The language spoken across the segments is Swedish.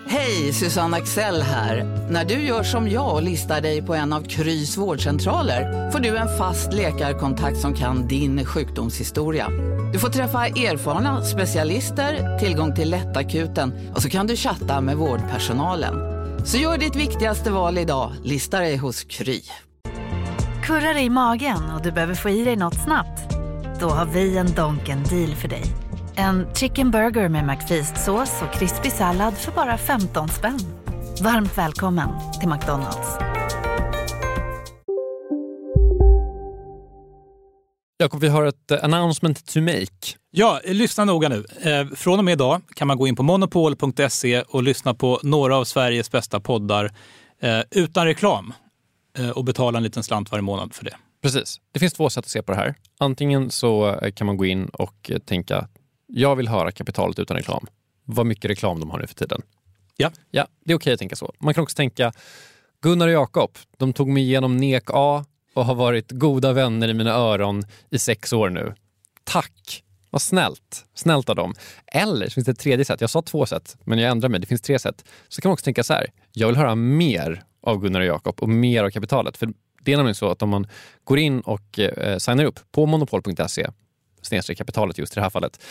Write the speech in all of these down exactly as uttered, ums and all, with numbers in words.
Hej, Susanne Axel här. När du gör som jag och listar dig på en av Krys vårdcentraler får du en fast läkarkontakt som kan din sjukdomshistoria. Du får träffa erfarna specialister, tillgång till lättakuten och så kan du chatta med vårdpersonalen. Så gör ditt viktigaste val idag, listar dig hos Kry. Kurrar dig i magen och du behöver få i dig något snabbt? Då har vi en Donken deal för dig. En chicken burger med McFeast-sås och krispig sallad för bara femton spänn. Varmt välkommen till McDonald's. Jakob, vi har ett announcement to make. Ja, lyssna noga nu. Eh, från och med idag kan man gå in på monopol punkt se och lyssna på några av Sveriges bästa poddar eh, utan reklam eh, och betala en liten slant varje månad för det. Precis. Det finns två sätt att se på det här. Antingen så kan man gå in och tänka, jag vill höra Kapitalet utan reklam. Vad mycket reklam de har nu för tiden. Ja. Ja, det är okej att tänka så. Man kan också tänka, Gunnar och Jakob, de tog mig igenom N E K A och har varit goda vänner i mina öron i sex år nu. Tack! Vad snällt. Snällt av dem. Eller så finns det ett tredje sätt. Jag sa två sätt, men jag ändrar mig. Det finns tre sätt. Så kan man också tänka så här. Jag vill höra mer av Gunnar och Jakob och mer av Kapitalet. För det är nämligen så att om man går in och eh, signar upp på monopol punkt se snedstreck Kapitalet just i det här fallet,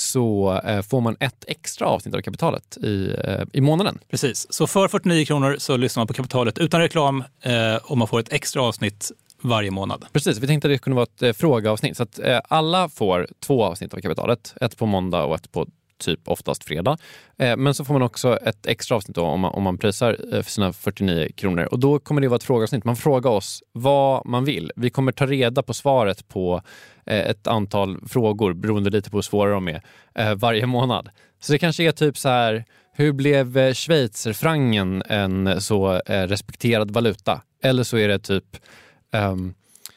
så eh, får man ett extra avsnitt av Kapitalet i, eh, i månaden. Precis. Så för fyrtionio kronor så lyssnar man på Kapitalet utan reklam eh, och man får ett extra avsnitt varje månad. Precis, vi tänkte att det kunde vara ett eh, frågeavsnitt. Så att eh, alla får två avsnitt av Kapitalet. Ett på måndag och ett på typ oftast fredag. Eh, men så får man också ett extra avsnitt då, om, man, om man prisar eh, för sina fyrtionio kronor. Och då kommer det vara ett frågeavsnitt. Man frågar oss vad man vill. Vi kommer ta reda på svaret på eh, ett antal frågor beroende lite på hur svåra de är eh, varje månad. Så det kanske är typ så här, hur blev eh, schweizerfrangen en så eh, respekterad valuta? Eller så är det typ um,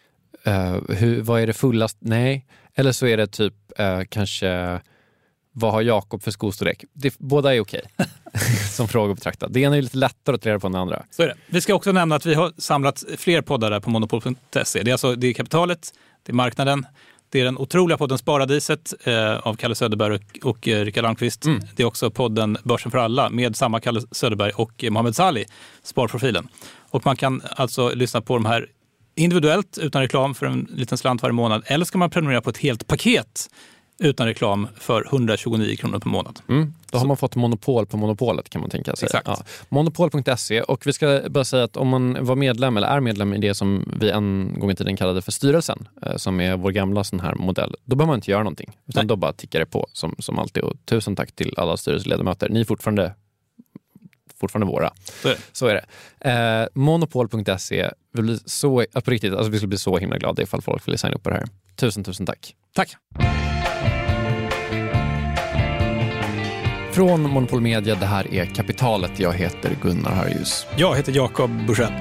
uh, hur, vad är det fullast? Nej. Eller så är det typ uh, kanske vad har Jakob för skostorlek? Det, båda är okej som fråga att betrakta. Det ena är lite lättare att ta reda på än det andra. Så är det. Vi ska också nämna att vi har samlat fler poddar där på monopol punkt se. Det är alltså det är Kapitalet, det är Marknaden, det är den otroliga podden Sparadiset eh, av Kalle Söderberg och, och eh, Rickard Almqvist. Mm. Det är också podden Börsen för alla med samma Kalle Söderberg och eh, Mohammed Sali, Sparprofilen. Och man kan alltså lyssna på de här individuellt utan reklam för en liten slant varje månad. Eller ska man prenumerera på ett helt paket utan reklam för hundratjugonio kronor per månad. Mm, då har man fått monopol på monopolet kan man tänka sig. Exakt. Ja. monopol punkt se, och vi ska bara säga att om man var medlem eller är medlem i det som vi en gång i tiden kallade för styrelsen, eh, som är vår gamla sån här modell, då behöver man inte göra någonting. Utan Nej. Då bara tickar det på som, som alltid. Och tusen tack till alla styrelseledamöter. Ni är fortfarande fortfarande våra. Så är det. Så är det. Eh, monopol punkt se, vi blir så, på riktigt, alltså vi skulle bli så himla glada ifall folk vill signa upp på det här. Tusen, tusen tack. Tack. Från Monopol Media, det här är Kapitalet. Jag heter Gunnar Harjus. Jag heter Jakob Bursell.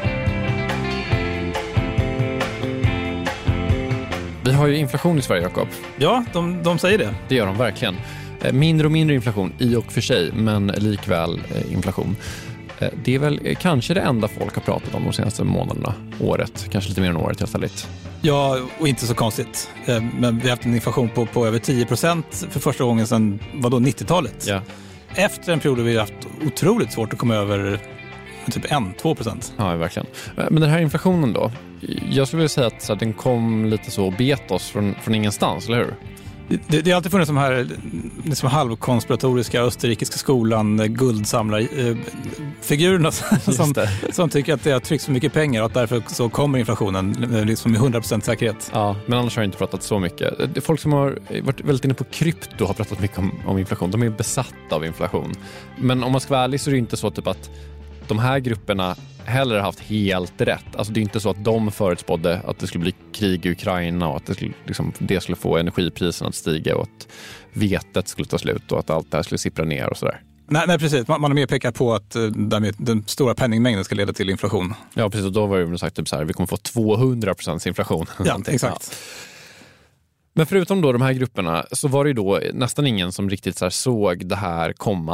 Vi har ju inflation i Sverige, Jakob. Ja, de, de säger det. Det gör de verkligen. Mindre och mindre inflation i och för sig, men likväl inflation. Det är väl kanske det enda folk har pratat om de senaste månaderna, året. Kanske lite mer än året helt ärligt. Ja, och inte så konstigt. Men vi har haft en inflation på, på över tio procent för första gången sedan vadå, nittiotalet. Ja. Efter en period har vi haft otroligt svårt att komma över typ ett till två procent. Ja, verkligen. Men den här inflationen då, jag skulle vilja säga att så här, den kom lite så och bet oss från, från ingenstans, eller hur? Det, det är alltid funnits de här liksom halvkonspiratoriska österrikiska skolan guldsamlarfigurerna eh, som, som tycker att det har tryckts för mycket pengar och att därför så kommer inflationen liksom med hundra procent säkerhet. Ja, men annars har jag inte pratat så mycket. Folk som har varit väldigt inne på krypto har pratat mycket om, om inflation. De är besatta av inflation. Men om man ska vara ärlig så är det inte så typ att de här grupperna heller haft helt rätt. Alltså det är inte så att de förutspådde att det skulle bli krig i Ukraina och att det skulle, liksom, det skulle få energipriserna att stiga och att vetet skulle ta slut och att allt det här skulle sippra ner och sådär. Nej, nej precis. Man, man har mer pekat på att uh, den stora penningmängden ska leda till inflation. Ja, precis. Och då var det sagt typ så här, vi kommer få tvåhundra procent inflation. Ja, exakt. Ja. Men förutom då de här grupperna så var det ju då nästan ingen som riktigt så här såg det här komma.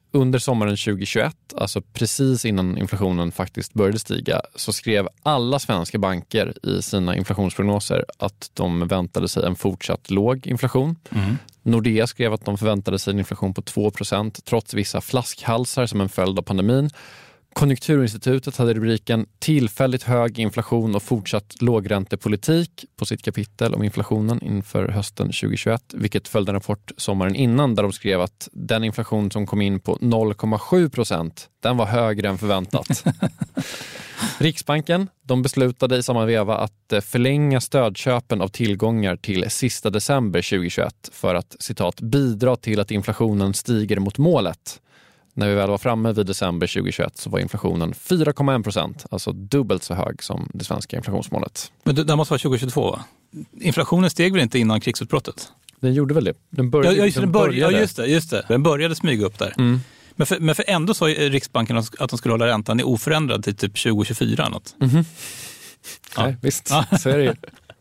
under sommaren tjugohundratjugoett, alltså precis innan inflationen faktiskt började stiga, så skrev alla svenska banker i sina inflationsprognoser att de väntade sig en fortsatt låg inflation. Mm. Nordea skrev att de förväntade sig en inflation på två procent trots vissa flaskhalsar som en följd av pandemin. Konjunkturinstitutet hade rubriken tillfälligt hög inflation och fortsatt lågräntepolitik på sitt kapitel om inflationen inför hösten tjugohundratjugoett, vilket följde en rapport sommaren innan där de skrev att den inflation som kom in på noll komma sju procent, den var högre än förväntat. Riksbanken, de beslutade i samma veva att förlänga stödköpen av tillgångar till sista december tjugohundratjugoett för att, citat, bidra till att inflationen stiger mot målet. När vi väl var framme vid december tjugohundratjugoett så var inflationen fyra komma en procent, alltså dubbelt så hög som det svenska inflationsmålet. Men det, det måste vara tjugohundratjugotvå, va? Inflationen steg väl inte innan krigsutbrottet? Den gjorde väl det? Den började, ja, just, den började, började. ja, just det, just det. Den började smyga upp där. Mm. Men, för, men för ändå sa Riksbanken att de skulle hålla räntan i oförändrad till typ tjugo tjugofyra. Något. Mm-hmm. Ja. Nej, visst. Så är det ju.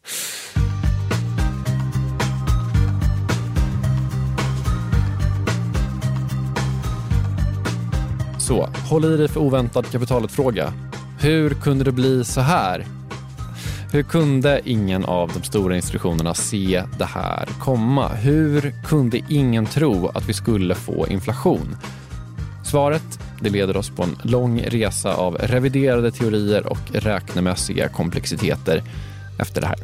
Så, håll i dig för oväntad kapitalet-fråga. Hur kunde det bli så här? Hur kunde ingen av de stora institutionerna se det här komma? Hur kunde ingen tro att vi skulle få inflation? Svaret, det leder oss på en lång resa av reviderade teorier och räknemässiga komplexiteter efter det här.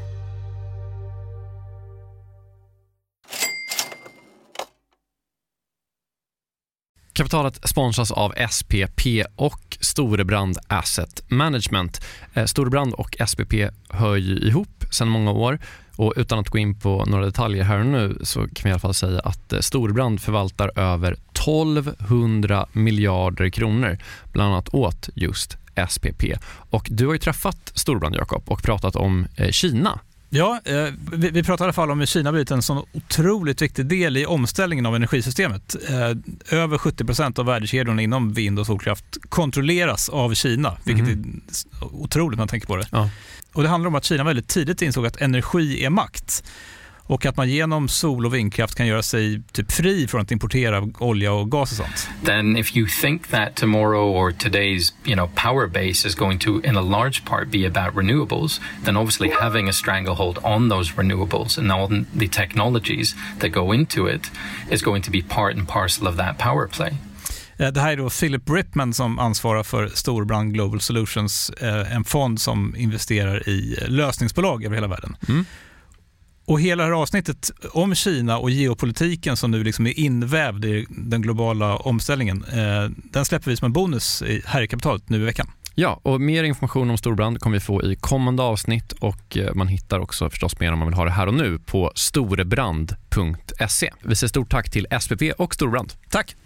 Kapitalet sponsras av S P P och Storebrand Asset Management. Storebrand och S P P hör ju ihop sedan många år, och utan att gå in på några detaljer här och nu så kan vi i alla fall säga att Storebrand förvaltar över tolvhundra miljarder kronor, bland annat åt just S P P. Och du har ju träffat Storebrand, Jakob, och pratat om Kina. Ja, eh, vi, vi pratar i alla fall om hur Kina blivit en sån otroligt viktig del i omställningen av energisystemet. Eh, över sjuttio procent av värdekedjorna inom vind- och solkraft kontrolleras av Kina, vilket mm. är otroligt när man tänker på det. Ja. Och det handlar om att Kina väldigt tidigt insåg att energi är makt. Och att man genom sol- och vindkraft kan göra sig typ fri från att importera olja och gas och sånt. Then if you think that tomorrow or today's, you know, power base is going to in a large part be about renewables, then obviously having a stranglehold on those renewables and all the technologies that go into it is going to be part and parcel of that power play. Det här är då Philip Ripman som ansvarar för Storebrand Global Solutions, en fond som investerar i lösningsbolag över hela världen. Mm. Och hela det här avsnittet om Kina och geopolitiken som nu liksom är invävd i den globala omställningen, eh, den släpper vi som en bonus här i Kapitalet nu i veckan. Ja, och mer information om Storebrand kommer vi få i kommande avsnitt, och man hittar också förstås mer om man vill ha det här och nu på storebrand punkt se. Vi säger stort tack till S P P och Storebrand. Tack!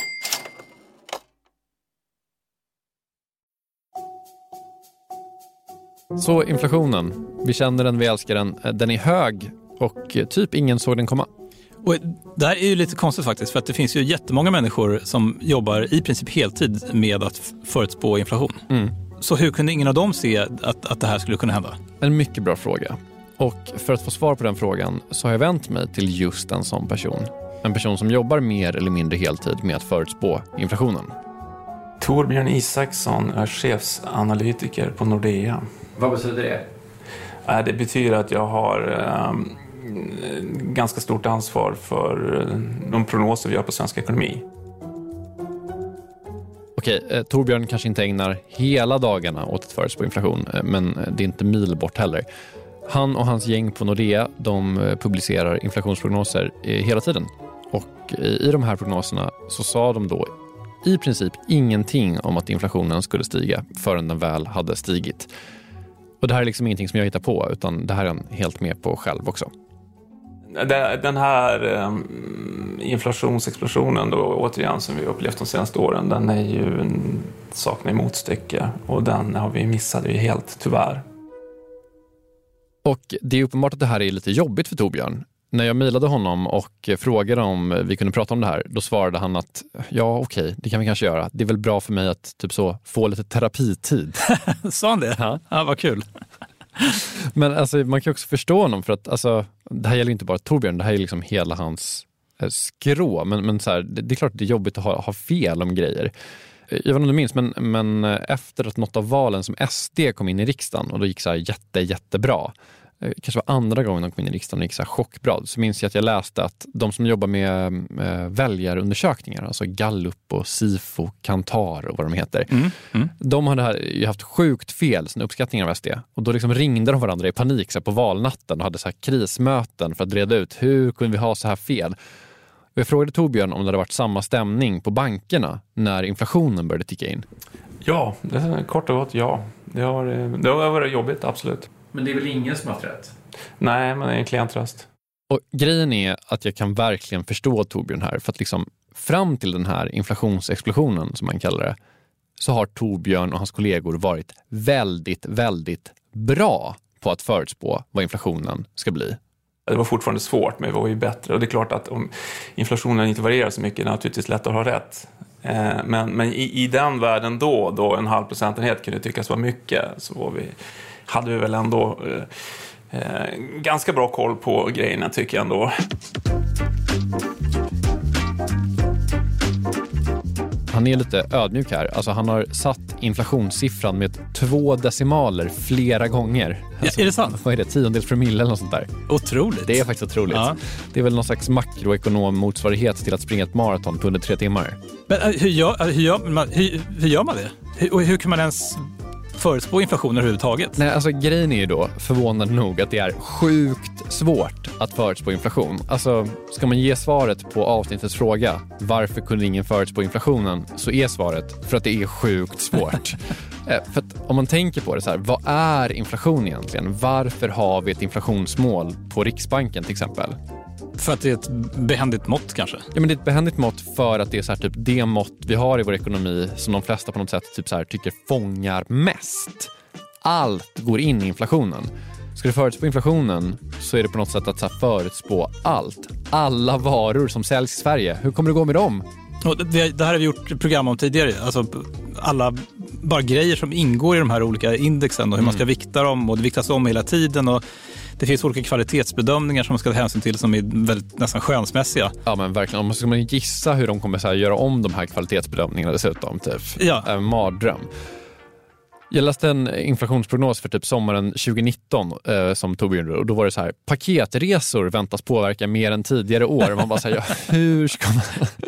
Så inflationen, vi känner den, vi älskar den, den är hög och typ ingen såg den komma. Och det här är ju lite konstigt faktiskt, för att det finns ju jättemånga människor som jobbar i princip heltid med att förutspå inflation. Mm. Så hur kunde ingen av dem se att, att det här skulle kunna hända? En mycket bra fråga. Och för att få svar på den frågan så har jag vänt mig till just en sån person. En person som jobbar mer eller mindre heltid med att förutspå inflationen. Torbjörn Isaksson är chefsanalytiker på Nordea. Vad betyder det? Det betyder att jag har um, ganska stort ansvar för de prognoser vi gör på svensk ekonomi. Okej, eh, Torbjörn kanske inte ägnar hela dagarna åt att förutspå inflation, eh, men det är inte mil bort heller. Han och hans gäng på Nordea, de publicerar inflationsprognoser eh, hela tiden. Och i, i de här prognoserna så sa de då i princip ingenting om att inflationen skulle stiga förrän den väl hade stigit. Och det här är liksom ingenting som jag hittar på, utan det här är han helt med på själv också. Den här um, inflationsexplosionen då, återigen, som vi har upplevt de senaste åren, den är ju en saknar motstycke, och den har vi missat ju helt, tyvärr. Och det är uppenbart att det här är lite jobbigt för Torbjörn. När jag mejlade honom och frågade om vi kunde prata om det här, då svarade han att ja, okej, det kan vi kanske göra. Det är väl bra för mig att typ så få lite terapitid. Sa han det? Ja, ja, vad kul. Men alltså, man kan också förstå honom, för att alltså, det här gäller inte bara Torbjörn, det här är liksom hela hans skrå. Men, men så här, det, det är klart att det är jobbigt att ha, ha fel om grejer. Jag vet inte om du minns, men, men efter att något av valen som S D kom in i riksdagen och då gick så här jätte, jättebra. Kanske var andra gången de kom in i riksdagen och gick så här chockbra. Så minns jag att jag läste att de som jobbar med, med väljarundersökningar, alltså Gallup och Sifo, Kantar och vad de heter. Mm, mm. De hade här, haft sjukt fel sina uppskattningar av S D. Och då liksom ringde de varandra i panik så här, på valnatten och hade så här krismöten för att reda ut hur kunde vi ha så här fel. Och jag frågade Torbjörn om det hade varit samma stämning på bankerna när inflationen började ticka in. Ja, det är kort och gott ja. Det har, det har varit jobbigt, absolut. Men det är väl ingen som har haft rätt? Nej, men det är en klientröst. Och grejen är att jag kan verkligen förstå Torbjörn här. För att liksom fram till den här inflationsexplosionen som man kallar det, så har Torbjörn och hans kollegor varit väldigt, väldigt bra på att förutspå vad inflationen ska bli. Det var fortfarande svårt, men det var ju bättre. Och det är klart att om inflationen inte varierar så mycket är det naturligtvis lätt att ha rätt. Men, men i, i den världen då, då en halv procentenhet kunde tyckas vara mycket, så var vi, hade vi väl ändå eh, ganska bra koll på grejerna, tycker jag ändå. Han är lite ödmjuk här. Alltså han har satt inflationssiffran med två decimaler flera gånger. Alltså, ja, är det sant? Vad är det? Tiondels promille eller något sånt där. Otroligt. Det är faktiskt otroligt. Ja. Det är väl någon slags makroekonom motsvarighet till att springa ett maraton på under tre timmar. Men hur gör, hur gör, man, hur, hur gör man det? Hur, och hur kan man ens förutspå inflationen överhuvudtaget? Nej, alltså grejen är ju då förvånande nog att det är sjukt svårt att förutspå inflation. Alltså, ska man ge svaret på avsnittets fråga varför kunde ingen förutspå inflationen, så är svaret för att det är sjukt svårt. För att om man tänker på det så här, vad är inflation egentligen? Varför har vi ett inflationsmål på Riksbanken till exempel? För att det är ett behändigt mått kanske? Ja, men det är ett behändigt mått för att det är så här, typ det mått vi har i vår ekonomi som de flesta på något sätt typ så här, tycker fångar mest. Allt går in i inflationen. Ska du förutspå inflationen så är det på något sätt att så här, förutspå allt. Alla varor som säljs i Sverige. Hur kommer det gå med dem? Och det, det här har vi gjort program om tidigare. Alltså alla bara grejer som ingår i de här olika indexen och hur mm. man ska vikta dem, och det viktas om hela tiden, och det finns olika kvalitetsbedömningar som man ska ta hänsyn till som är väldigt nästan skönsmässiga. Ja, men verkligen. Om man ska man gissa hur de kommer så här, göra om de här kvalitetsbedömningarna dessutom. Typ. Ja. En mardröm. Jag läste en inflationsprognos för typ sommaren tjugonitton eh, som Torbjörn, och då var det så här: paketresor väntas påverka mer än tidigare år. Och man bara säger, ja, hur ska man...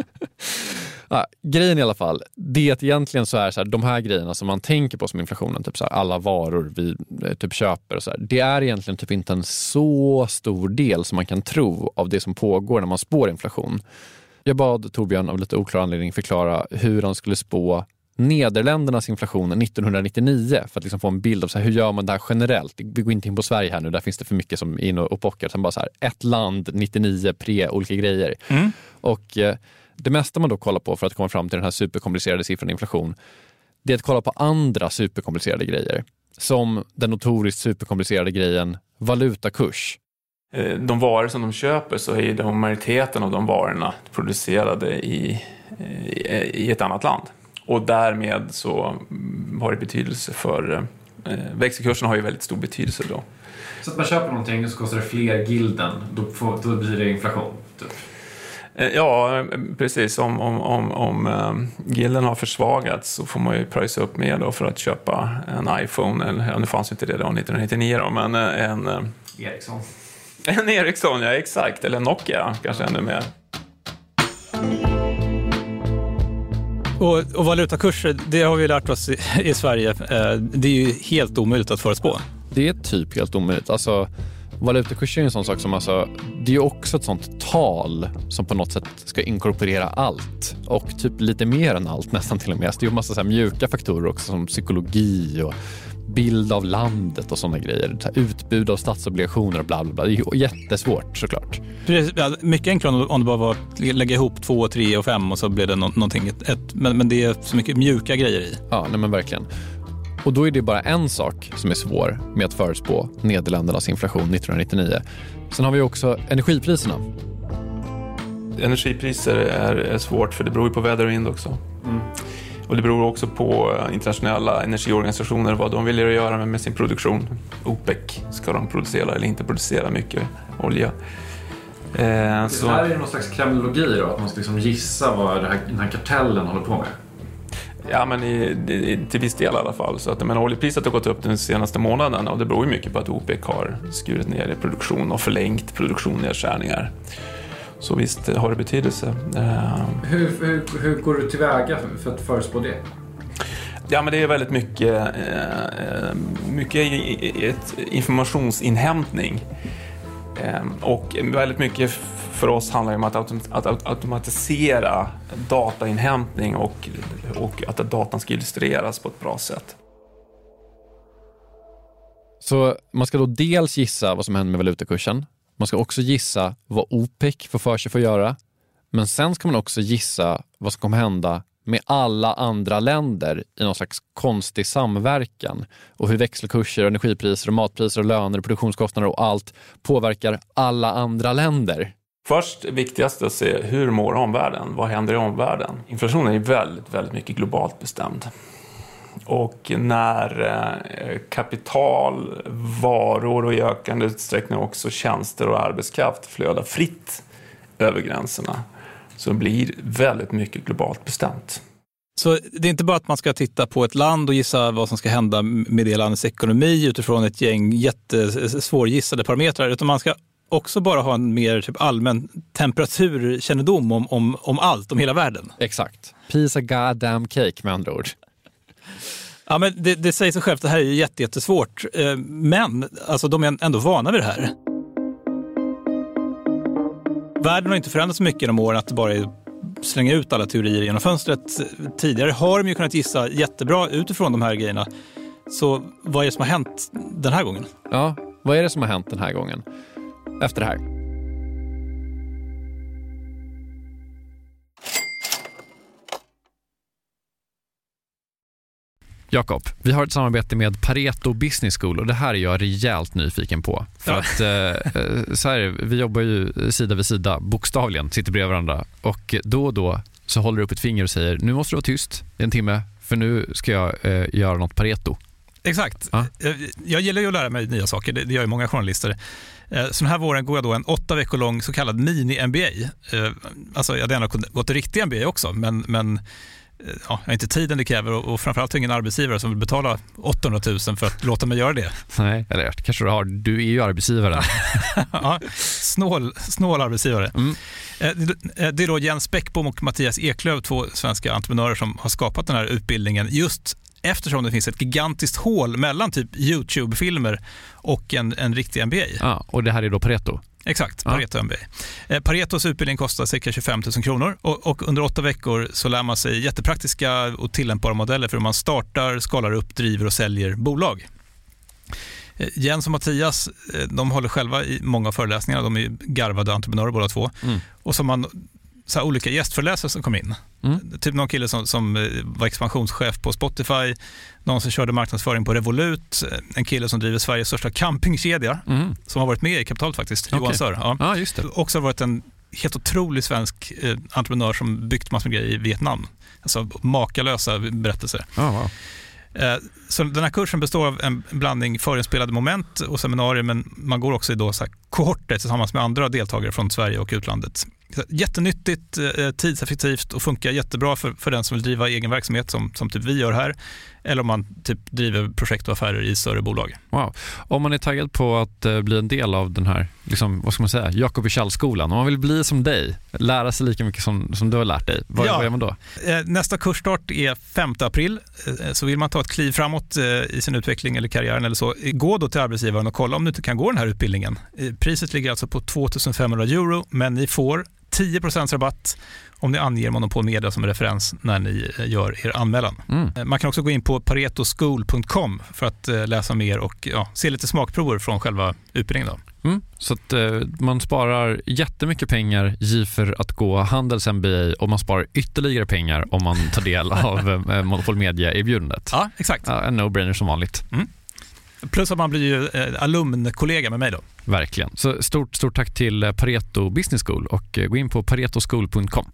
Ja, grejen i alla fall, det är att egentligen så är så här, de här grejerna som man tänker på som inflationen, typ så här, alla varor vi typ köper och så här, det är egentligen typ inte en så stor del som man kan tro av det som pågår när man spår inflation. Jag bad Torbjörn av lite oklar anledning förklara hur han skulle spå Nederländernas inflation nittonhundranittionio för att liksom få en bild av så här, hur gör man det här generellt. Vi går inte in på Sverige här nu, där finns det för mycket som in och, och pockar. Sen bara så här, ett land, nittionio, pre, olika grejer. Mm. Och eh, det mesta man då kollar på för att komma fram till den här superkomplicerade siffran inflation, det är att kolla på andra superkomplicerade grejer. Som den notoriskt superkomplicerade grejen valutakurs. De varor som de köper, så är de majoriteten av de varorna producerade i, i, i ett annat land. Och därmed så har det betydelse för... Eh, växelkursen har ju väldigt stor betydelse då. Så att man köper någonting och så kostar det fler gilden, då, får, då blir det inflation typ. Ja, precis. Om, om, om, om um, gilden har försvagats så får man ju pröjsa upp mer då för att köpa en iPhone. Eller, ja, nu fanns ju inte det då nittonhundranittionio då, men en... Uh, Ericsson. En Ericsson, ja exakt. Eller Nokia, kanske ännu mer. Och, och valutakurser, det har vi lärt oss i, i Sverige. Eh, det är ju helt omöjligt att förutspå. Det är typ helt omöjligt. Alltså... Valutakurser är en sån sak som alltså, det är ju också ett sånt tal som på något sätt ska inkorporera allt och typ lite mer än allt nästan till och med. Det är ju en massa så här mjuka faktorer också som psykologi och bild av landet och såna grejer. Så här utbud av statsobligationer och bla bla bla. Det är ju jättesvårt såklart. Precis, mycket enklare om det bara var att lägga ihop två, tre och fem och så blir det någonting. Ett, ett, men, men det är så mycket mjuka grejer i. Ja, nej men verkligen. Och då är det bara en sak som är svår med att förutspå Nederländernas inflation nittonhundranittionio. Sen har vi också energipriserna. Energipriser är, är svårt för det beror ju på väderindex också. Mm. Och det beror också på internationella energiorganisationer vad de vill göra med, med sin produktion. OPEC, ska de producera eller inte producera mycket olja. Eh, så det här är någon slags kremlologi då, att man ska liksom gissa vad det här, den här kartellen håller på med. Ja, men i, i, till viss del i alla fall. Så att, men oljepriset har gått upp den senaste månaden och det beror ju mycket på att OPEC har skurit ner i produktion och förlängt produktionsnedskärningar. Så visst har det betydelse. Hur, hur, hur går du tillväga för att förespå det? Ja, men det är väldigt mycket, mycket ett informationsinhämtning. Och väldigt mycket för oss handlar det om att, att automatisera datainhämtning och, och att datan ska illustreras på ett bra sätt. Så man ska då dels gissa vad som händer med valutakursen. Man ska också gissa vad OPEC får för sig för att göra. Men sen ska man också gissa vad som kommer hända med alla andra länder i någon slags konstig samverkan. Och hur växelkurser, energipriser, och matpriser, och löner, och produktionskostnader och allt påverkar alla andra länder. Först viktigast att se hur mår omvärlden, vad händer i omvärlden. Inflationen är väldigt, väldigt mycket globalt bestämd. Och när kapital, varor och i ökande utsträckning också tjänster och arbetskraft flödar fritt över gränserna så blir väldigt mycket globalt bestämt. Så det är inte bara att man ska titta på ett land och gissa vad som ska hända med det landets ekonomi utifrån ett gäng jättesvårgissade parametrar, utan man ska också bara ha en mer typ allmän temperaturkännedom om, om, om allt, om hela världen. Exakt. Piece of goddamn cake med andra ord. Ja, men det, det säger sig självt, det här är ju jätte, jättesvårt. Men alltså, de är ändå vana vid det här. Världen har inte förändrats så mycket genom åren att det bara är slänga ut alla teorier genom fönstret. Tidigare har de ju kunnat gissa jättebra utifrån de här grejerna. Så vad är det som har hänt den här gången? Ja, vad är det som har hänt den här gången? Efter det här. Jakob, vi har ett samarbete med Pareto Business School och det här är jag rejält nyfiken på. För ja. att eh, så här, vi jobbar ju sida vid sida, bokstavligen, sitter bredvid varandra. Och då och då så håller du upp ett finger och säger, nu måste du vara tyst i en timme för nu ska jag eh, göra något Pareto. Exakt. Ja. Jag gillar ju att lära mig nya saker, det gör ju många journalister. Så den här våren går jag då en åtta veckor lång så kallad mini-M B A. Alltså jag hade gärna gått till riktig M B A också, men, men ja, jag har inte tiden det kräver och, och framförallt ingen arbetsgivare som vill betala åttahundratusen för att låta mig göra det. Nej, eller kanske du har. Du är ju arbetsgivaren. Ja, snål, snål arbetsgivare. Mm. Det är då Jens Bäckbom och Mattias Eklöf, två svenska entreprenörer som har skapat den här utbildningen just eftersom det finns ett gigantiskt hål mellan typ YouTube-filmer och en, en riktig M B A. Ja, och det här är då Pareto? Exakt, Pareto ja. M B A. Eh, Paretos utbildning kostar cirka tjugofem tusen kronor och, och under åtta veckor så lär man sig jättepraktiska och tillämpbara modeller för hur man startar, skalar upp, driver och säljer bolag. Eh, Jens och Mattias, eh, de håller själva i många föreläsningar, de är garvade entreprenörer båda två. Mm. Och som man så här, olika gästföreläsare som kom in. Mm. Typ någon kille som, som var expansionschef på Spotify, någon som körde marknadsföring på Revolut, en kille som driver Sveriges största campingkedja mm. som har varit med i kapitalet faktiskt, okay. Johan Sör. Ja. Ah, just det. Också har varit en helt otrolig svensk eh, entreprenör som byggt massor med grejer i Vietnam. Alltså makalösa berättelser. Oh, wow. eh, så den här kursen består av en blandning förinspelade moment och seminarier, men man går också i då så här kohorter tillsammans med andra deltagare från Sverige och utlandet. Jättenyttigt, tidseffektivt och funkar jättebra för, för den som vill driva egen verksamhet som, som typ vi gör här. Eller om man typ driver projekt och affärer i större bolag. Wow. Om man är taggad på att uh, bli en del av den här, liksom, vad ska man säga, Jakob i Kjellskolan. Om man vill bli som dig, lära sig lika mycket som, som du har lärt dig. Vad, ja. vad gör man då? Nästa kursstart är femte april. Så vill man ta ett kliv framåt i sin utveckling eller karriären eller så, gå då till arbetsgivaren och kolla om du inte kan gå den här utbildningen. Priset ligger alltså på tvåtusenfemhundra euro, men ni får tio procent rabatt om ni anger Monopol Media som referens när ni gör er anmälan. Mm. Man kan också gå in på paretoschool punkt com för att läsa mer och ja, se lite smakprover från själva utbildningen. Då. Mm. Så att eh, man sparar jättemycket pengar i för att gå Handels M B A och man sparar ytterligare pengar om man tar del av eh, Monopol Media-erbjudandet. Ja, exakt. Ja, en no-brainer som vanligt. Mm. Plus att man blir ju eh, alumnkollega med mig då. Verkligen. Så stort, stort tack till Pareto Business School och gå in på paretoschool punkt com.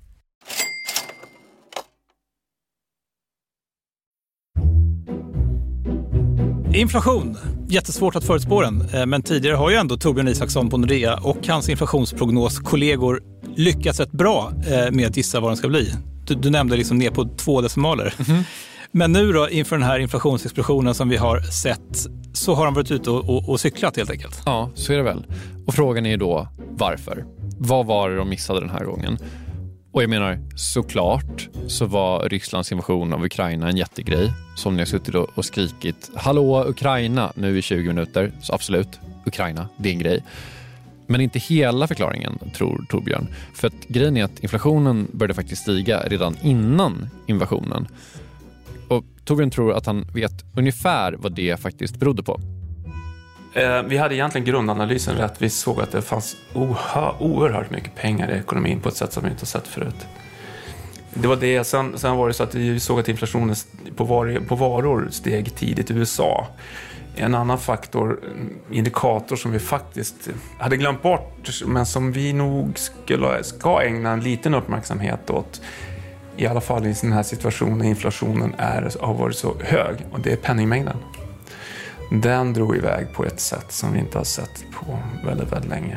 Inflation. jättesvårt att förutspå den, men tidigare har ju ändå Torbjörn Isaksson på Nordea och hans inflationsprognoskollegor lyckats rätt bra med att gissa vad den ska bli. Du, du nämnde liksom ner på två decimaler. Mm-hmm. Men nu då, inför den här inflationsexplosionen som vi har sett, så har de varit ute och, och, och cyklat helt enkelt. Ja, så är det väl. Och frågan är ju då varför? Vad var det de missade den här gången? Och jag menar, såklart så var Rysslands invasion av Ukraina en jättegrej som ni har suttit och skrikit hallå Ukraina nu i tjugo minuter. Så absolut, Ukraina, det är en grej. Men inte hela förklaringen, tror Torbjörn. För att grejen är att inflationen började faktiskt stiga redan innan invasionen. Och Torbjörn tror att han vet ungefär vad det faktiskt berodde på. Eh, vi hade egentligen grundanalysen rätt. Vi såg att det fanns oha, oerhört mycket pengar i ekonomin på ett sätt som vi inte har sett förut. Det var det. Sen, sen var det så att vi såg att inflationen på, var, på varor steg tidigt i U S A. En annan faktor, indikator som vi faktiskt hade glömt bort men som vi nog skulle, ska ägna en liten uppmärksamhet åt, i alla fall i den här situationen inflationen är, har varit så hög, och det är penningmängden. Den drog iväg på ett sätt som vi inte har sett på väldigt, väldigt länge.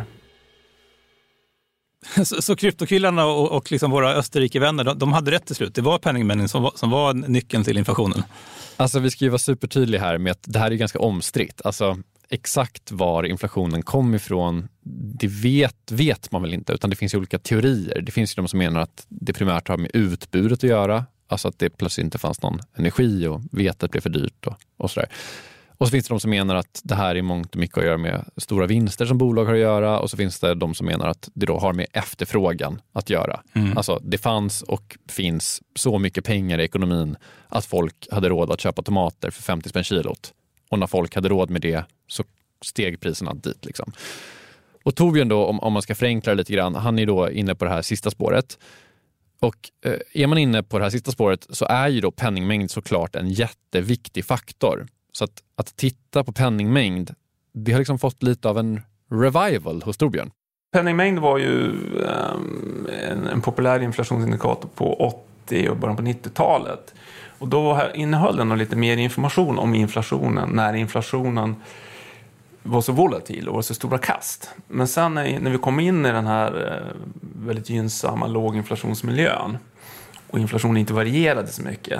Så, så kryptokillarna och, och liksom våra Österrike-vänner, de, de hade rätt till slut. Det var penningmängden som var, som var nyckeln till inflationen. Alltså vi ska ju vara supertydliga här med att det här är ganska omstritt. Alltså exakt var inflationen kom ifrån, det vet, vet man väl inte, utan det finns ju olika teorier. Det finns ju de som menar att det primärt har med utbudet att göra. Alltså att det plötsligt inte fanns någon energi och vetet blev för dyrt och, och sådär. Och så finns det de som menar att det här är mångt och mycket att göra med stora vinster som bolag har att göra. Och så finns det de som menar att det då har med efterfrågan att göra. Mm. Alltså det fanns och finns så mycket pengar i ekonomin att folk hade råd att köpa tomater för femtio spänn kilot. Och när folk hade råd med det så steg priserna dit liksom. Och Torbjörn då, om, om man ska förenkla det lite grann, han är då inne på det här sista spåret. Och eh, är man inne på det här sista spåret så är ju då penningmängd såklart en jätteviktig faktor. Så att, att titta på penningmängd, det har liksom fått lite av en revival hos Torbjörn. Penningmängd var ju um, en, en populär inflationsindikator på åttio och början på nittiotalet. Och då innehöll den lite mer information om inflationen när inflationen var så volatil och var så stora kast. Men sen när, när vi kom in i den här uh, väldigt gynnsamma låginflationsmiljön och inflationen inte varierade så mycket,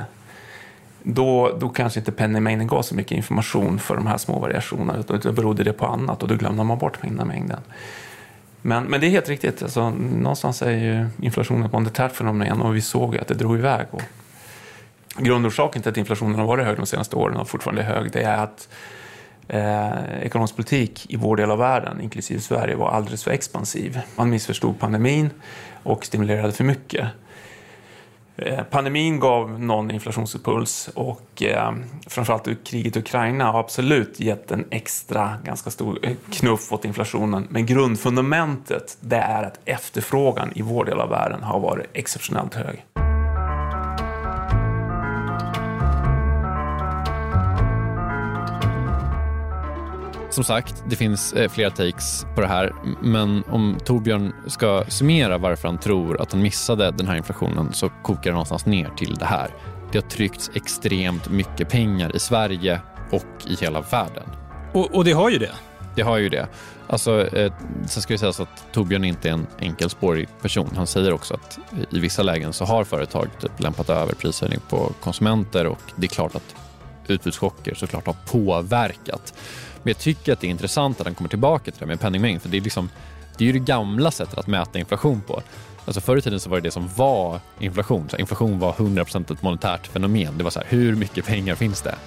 Då, då kanske inte penningmängden gav så mycket information för de här små variationerna, utan det berodde det på annat och då glömde man bort penningmängden. Men, men det är helt riktigt. Alltså, någonstans är ju inflationen ett monetärt fenomen och vi såg att det drog iväg. Och grundorsaken till att inflationen har varit hög de senaste åren och fortfarande är hög, det är att eh, ekonomisk politik i vår del av världen, inklusive Sverige, var alldeles för expansiv. Man missförstod pandemin och stimulerade för mycket. Pandemin gav någon inflationsimpuls och eh, framförallt kriget i Ukraina har absolut gett en extra ganska stor knuff åt inflationen. Men grundfundamentet, det är att efterfrågan i vår del av världen har varit exceptionellt hög. Som sagt, det finns eh, flera takes på det här, men om Torbjörn ska summera varför han tror att han missade den här inflationen så kokar det någonstans ner till det här. Det har tryckts extremt mycket pengar i Sverige och i hela världen. Och, och det har ju det. Det har ju det. Alltså, eh, sen ska vi säga så att Torbjörn inte är en enkelspårig person. Han säger också att i vissa lägen så har företag typ lämpat över prishöjning på konsumenter och det är klart att utbudschocker såklart har påverkat. Men jag tycker att det är intressant att han kommer tillbaka till det med penningmängd, för det är, liksom, det är ju det gamla sättet att mäta inflation på. Alltså förr i tiden så var det det som var inflation. Så inflation var hundra procent ett monetärt fenomen. Det var så här, hur mycket pengar finns det?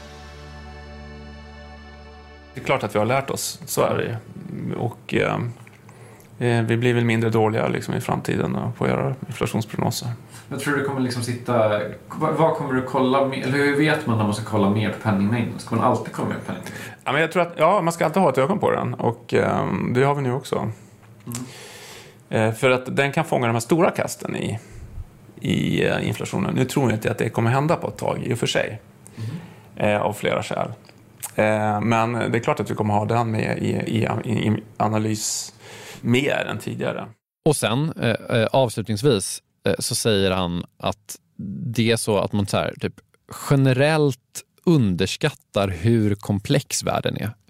Det är klart att vi har lärt oss, så är det. Och eh, vi blir väl mindre dåliga liksom, i framtiden på att göra inflationsprognoser. Jag tror du kommer liksom sitta... Vad kommer du kolla med? Eller hur vet man när man ska kolla mer på penningmängden? Ska man alltid kolla mer på penningmängden? Ja, men jag tror att ja, man ska alltid ha ett ögon på den. Och eh, det har vi nu också. Mm. Eh, för att den kan fånga de här stora kasten i, i eh, inflationen. Nu tror jag inte att det kommer hända på ett tag i och för sig. Mm. Eh, av flera skäl. Eh, men det är klart att vi kommer ha den med i, i, i analys mer än tidigare. Och sen eh, avslutningsvis eh, så säger han att det är så att man så här, typ, generellt underskattar hur komplex världen är.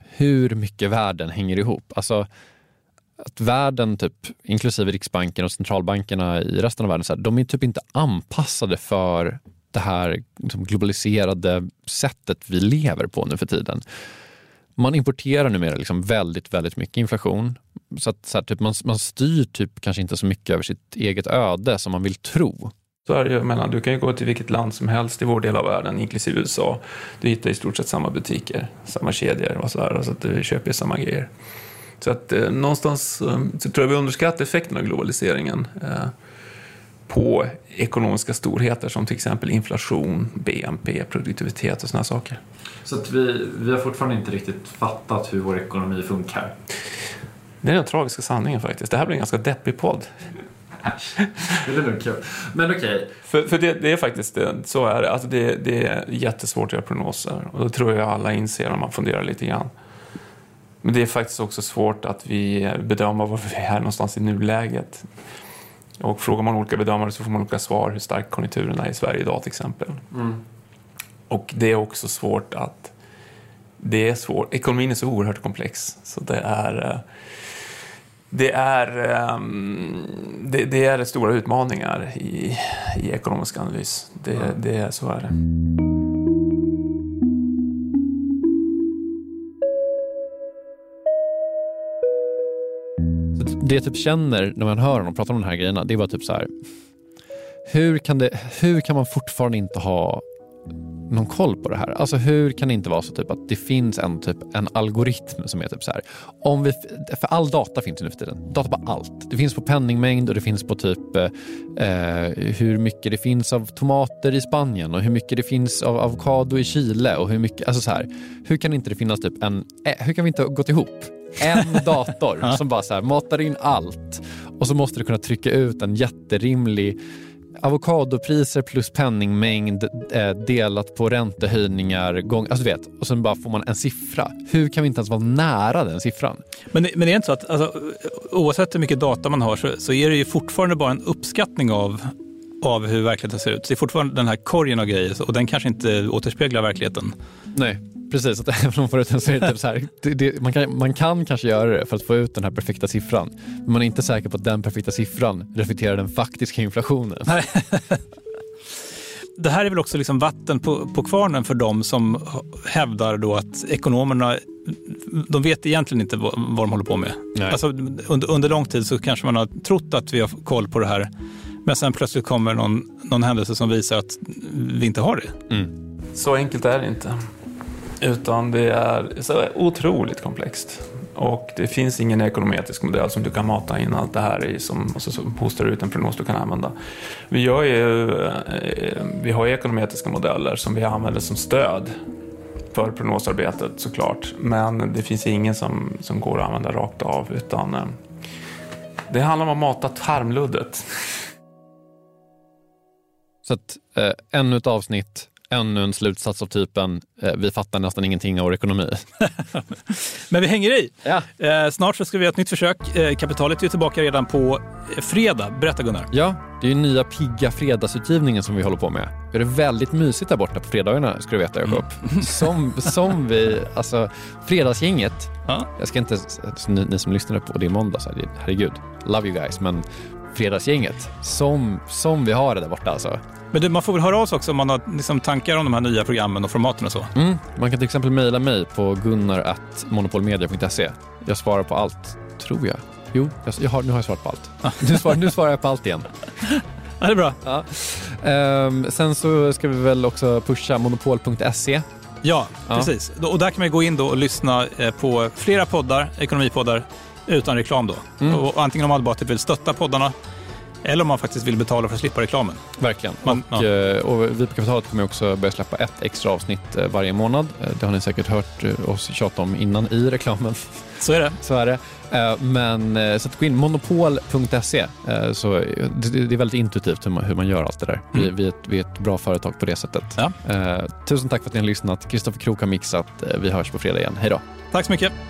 hur mycket världen hänger ihop. Alltså att världen, typ, inklusive Riksbanken och centralbankerna i resten av världen, så här, de är typ inte anpassade för det här liksom, globaliserade sättet vi lever på nu för tiden. Man importerar numera liksom väldigt, väldigt mycket inflation. Så att så här, typ, man, man styr typ kanske inte så mycket över sitt eget öde som man vill tro. Så är det, jag menar, du kan ju gå till vilket land som helst i vår del av världen, inklusive U S A. Du hittar i stort sett samma butiker, samma kedjor och så där, så att du köper samma grejer. Så att eh, någonstans eh, så tror jag vi underskattar effekten av globaliseringen eh, på ekonomiska storheter som till exempel inflation, B N P, produktivitet och såna saker. Så att vi, vi har fortfarande inte riktigt fattat hur vår ekonomi funkar. Det är den tragiska sanningen faktiskt. Det här blir en ganska deppig podd. Det är nog kul. Men okej. Okay. För, för det, det är faktiskt det, så är det. Alltså det. Det är jättesvårt att göra prognoser. Och det tror jag alla inser om man funderar lite grann. Men det är faktiskt också svårt att vi bedömer var vi är någonstans i nuläget. Och frågar man olika bedömare så får man olika svar hur stark konjunkturen är i Sverige idag till exempel. Mm. Och det är också svårt att... Det är svårt. Ekonomin är så oerhört komplex. Så det är... Det är, det, det är stora utmaningar i, i ekonomisk analys. Det, mm. det, så är det. Det jag typ känner när man hör dem prata om de här grejerna, det är bara typ så här. Hur kan, det, hur kan man fortfarande inte ha någon koll på det här? Alltså hur kan det inte vara så typ att det finns en typ en algoritm som är typ så här. Om vi, för all data finns nu för tiden. Data på allt. Det finns på penningmängd och det finns på typ eh, hur mycket det finns av tomater i Spanien och hur mycket det finns av avokado i Chile och hur mycket, alltså så här. Hur kan inte det finnas typ en, eh, hur kan vi inte ha gått ihop? En dator som bara så här matar in allt och så måste det kunna trycka ut en jätterimlig avokadopriser plus penningmängd eh, delat på räntehöjningar gång, alltså du vet, och sen bara får man en siffra. Hur kan vi inte ens vara nära den siffran? Men, men det är inte så att alltså, oavsett hur mycket data man har så, så är det ju fortfarande bara en uppskattning av, av hur verkligheten ser ut. Det är fortfarande den här korgen av grejer och den kanske inte återspeglar verkligheten. Nej, precis. Att även om man får ut den så är det typ så här, det, det, man, kan, man kan kanske göra det för att få ut den här perfekta siffran. Men man är inte säker på att den perfekta siffran reflekterar den faktiska inflationen. Nej. Det här är väl också liksom vatten på, på kvarnen för dem som hävdar då att ekonomerna, de vet egentligen inte vad, vad de håller på med. Alltså, under, under lång tid så kanske man har trott att vi har koll på det här. Men sen plötsligt kommer någon, någon händelse som visar att vi inte har det. Mm. Så enkelt är det inte. Utan det är så otroligt komplext. Och det finns ingen ekonometrisk modell som du kan mata in allt det här i som, och så, så postar ut en prognos du kan använda. Vi, gör ju, vi har ju ekonometriska modeller som vi använder som stöd för prognosarbetet såklart. Men det finns ingen som, som går att använda rakt av, utan det handlar om att mata tarmluddet. Så att eh, ännu ett avsnitt, ännu en slutsats av typen eh, vi fattar nästan ingenting av vår ekonomi. Men vi hänger i. Ja. Eh, snart så ska vi göra ett nytt försök. Eh, Kapitalet är tillbaka redan på fredag. Berätta Gunnar. Ja, det är ju nya pigga fredagsutgivningen som vi håller på med. Det är väldigt mysigt där borta på fredagarna, ska du veta, Jakob. Mm. Som, som vi, alltså fredagsgänget. Ja. Jag ska inte, ni, ni som lyssnar på det är måndag, så här, herregud, love you guys, men fredagsgänget som, som vi har det där borta alltså. Men du, man får väl höra av sig också om man har liksom tankar om de här nya programmen och formaten och så. Mm. Man kan till exempel mejla mig på gunnar at monopolmedia punkt se. Jag svarar på allt, tror jag. Jo, jag, jag har, nu har jag svarat på allt. Ah. Nu, svarar, nu svarar jag på allt igen. Ja, det är bra. Ja. Um, sen så ska vi väl också pusha monopol punkt se. Ja, ja, precis. Och där kan man gå in då och lyssna på flera poddar, ekonomipoddar, utan reklam då. Mm. Och antingen om man bara typ vill stötta poddarna eller om man faktiskt vill betala för att slippa reklamen. Verkligen. Man, och, ja. och vi på Kapitalet kommer också börja släppa ett extra avsnitt varje månad. Det har ni säkert hört oss tjata om innan i reklamen. Så är det. Så är det. Men så att gå in monopol punkt se, så det är väldigt intuitivt hur man, hur man gör allt det där. Mm. Vi, vi, är ett, vi är ett bra företag på det sättet. Ja. Tusen tack för att ni har lyssnat. Kristoffer Krook har mixat. Vi hörs på fredag igen. Hej då. Tack så mycket.